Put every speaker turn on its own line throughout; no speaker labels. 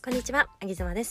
こんにちは、あぎずまです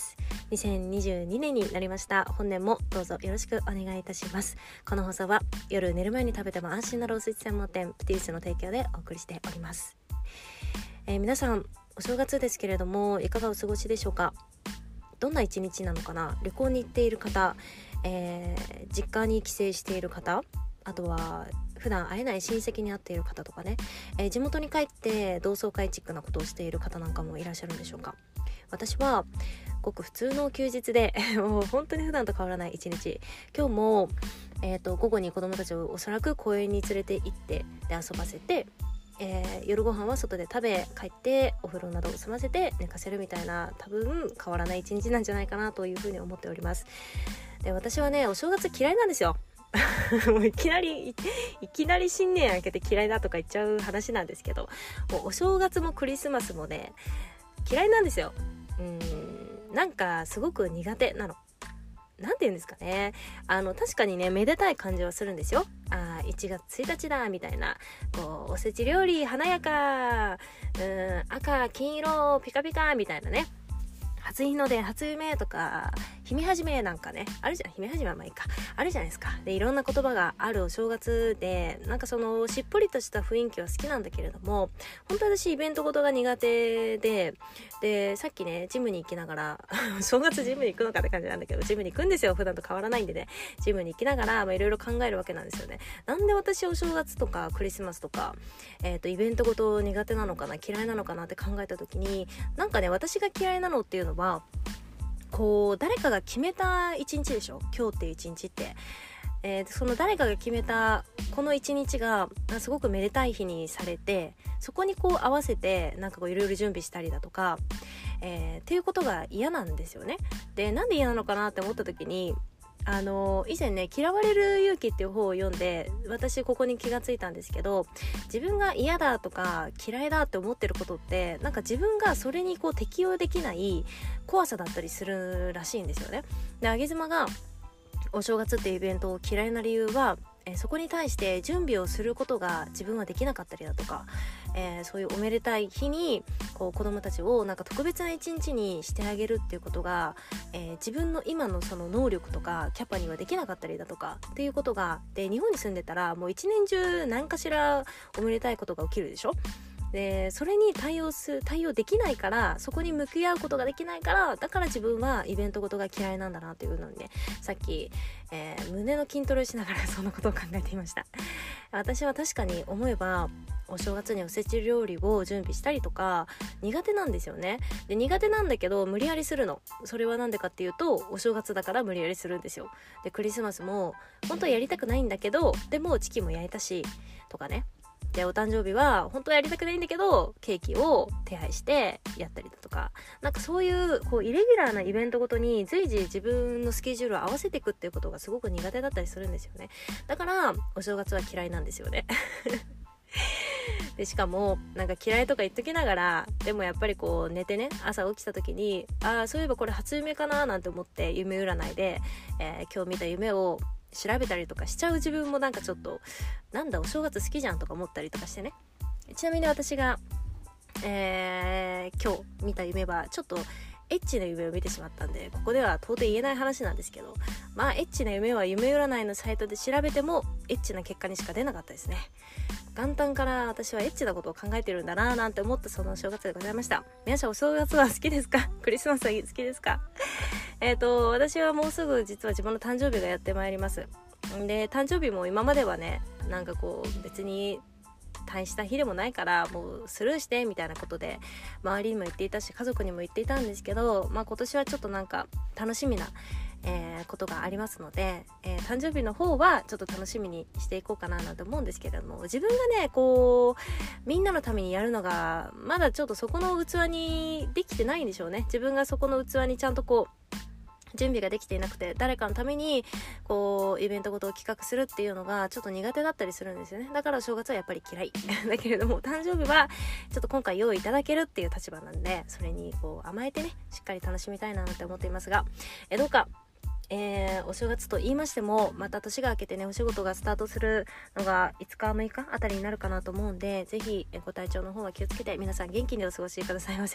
。2022年になりました。本年もどうぞよろしくお願いいたします。この放送は夜寝る前に食べても安心なロースイーツ専門店プティウスの提供でお送りしております。皆さんお正月ですけれどもいかがお過ごしでしょうか。どんな一日なのかな。旅行に行っている方、実家に帰省している方、あとは普段会えない親戚に会っている方とかね、地元に帰って同窓会チックなことをしている方なんかもいらっしゃるんでしょうか。私はごく普通の休日でもう本当に普段と変わらない一日。今日も、午後に子供たちをおそらく公園に連れて行ってで遊ばせて、夜ご飯は外で食べ帰ってお風呂などを済ませて寝かせるみたいな、多分変わらない一日なんじゃないかなというふうに思っております。で、私はねお正月嫌いなんですよもういきなり新年明けて嫌いだとか言っちゃう話なんですけど、もうお正月もクリスマスもね嫌いなんですよ。なんかすごく苦手なの。なんて言うんですかね、確かにねめでたい感じはするんですよ。1月1日だみたいな、こうおせち料理華やか、赤金色ピカピカみたいなね、初日の出初夢とか姫始めなんかねあるじゃん。姫始めはまあいいか、あるじゃないですか。で、いろんな言葉があるお正月で、なんかそのしっぽりとした雰囲気は好きなんだけれども、本当に私イベントごとが苦手で、さっきねジムに行きながら正月ジムに行くのかって感じなんだけど、ジムに行くんですよ。普段と変わらないんでね、ジムに行きながらいろいろ考えるわけなんですよね。なんで私お正月とかクリスマスとか、イベントごと苦手なのかな、嫌いなのかなって考えた時に、なんかね私が嫌いなのっていうのは、こう誰かが決めた一日でしょ、今日っていう一日って。その誰かが決めたこの一日がすごくめでたい日にされて、そこにこう合わせてなんかこういろいろ準備したりだとか、っていうことが嫌なんですよね。で、なんで嫌なのかなって思った時に、以前ね嫌われる勇気っていう本を読んで、私ここに気がついたんですけど、自分が嫌だとか嫌いだって思ってることって、なんか自分がそれにこう適応できない怖さだったりするらしいんですよね。で、あげ妻がお正月っていうイベントを嫌いな理由は、そこに対して準備をすることが自分はできなかったりだとか、そういうおめでたい日にこう子供たちをなんか特別な一日にしてあげるっていうことが、自分の今のその能力とかキャパにはできなかったりだとかっていうことが、で日本に住んでたらもう一年中何かしらおめでたいことが起きるでしょ。で、それに対応できないから、そこに向き合うことができないから、だから自分はイベントごとが嫌いなんだなというのにね、さっき、胸の筋トレをしながらそんなことを考えていました。私は確かに思えばお正月におせち料理を準備したりとか苦手なんですよね。で、苦手なんだけど無理やりするの。それはなんでかっていうと、お正月だから無理やりするんですよ。で、クリスマスも本当はやりたくないんだけど、でもチキンも焼いたしとかね。で、お誕生日は本当はやりたくないんだけどケーキを手配してやったりだとか、なんかそういうこうイレギュラーなイベントごとに随時自分のスケジュールを合わせていくっていうことがすごく苦手だったりするんですよね。だからお正月は嫌いなんですよねで、しかもなんか嫌いとか言っときながら、でもやっぱりこう寝てね、朝起きた時にそういえばこれ初夢かななんて思って夢占いで、今日見た夢を調べたりとかしちゃう自分もなんかちょっと、なんだお正月好きじゃんとか思ったりとかしてね。ちなみに私が、今日見た夢はちょっとエッチな夢を見てしまったんで、ここでは到底言えない話なんですけど、まあエッチな夢は夢占いのサイトで調べてもエッチな結果にしか出なかったですね。元旦から私はエッチなことを考えてるんだななんて思ったそのお正月でございました。皆さんお正月は好きですか？クリスマスは好きですか？私はもうすぐ実は自分の誕生日がやってまいります。で、誕生日も今まではね、なんかこう別に大した日でもないからもうスルーしてみたいなことで周りにも言っていたし、家族にも言っていたんですけど、今年はちょっとなんか楽しみな、ことがありますので、誕生日の方はちょっと楽しみにしていこうかななんて思うんですけれども、自分がねこうみんなのためにやるのがまだちょっとそこの器にできてないんでしょうね。自分がそこの器にちゃんとこう準備ができていなくて、誰かのためにこうイベントごとを企画するっていうのがちょっと苦手だったりするんですよね。だからお正月はやっぱり嫌いだけれども、誕生日はちょっと今回用意いただけるっていう立場なんで、それにこう甘えてねしっかり楽しみたいなって思っていますが、どうかお正月と言いましてもまた年が明けてねお仕事がスタートするのが5日6日あたりになるかなと思うんで、ぜひご体調の方は気をつけて皆さん元気にお過ごしくださいませ。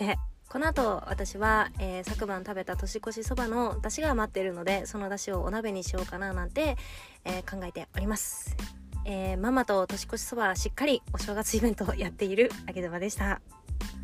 この後私は、昨晩食べた年越しそばの出汁が余っているので、その出汁をお鍋にしようかななんて、考えております。ママと年越しそばしっかりお正月イベントをやっているあげずまでした。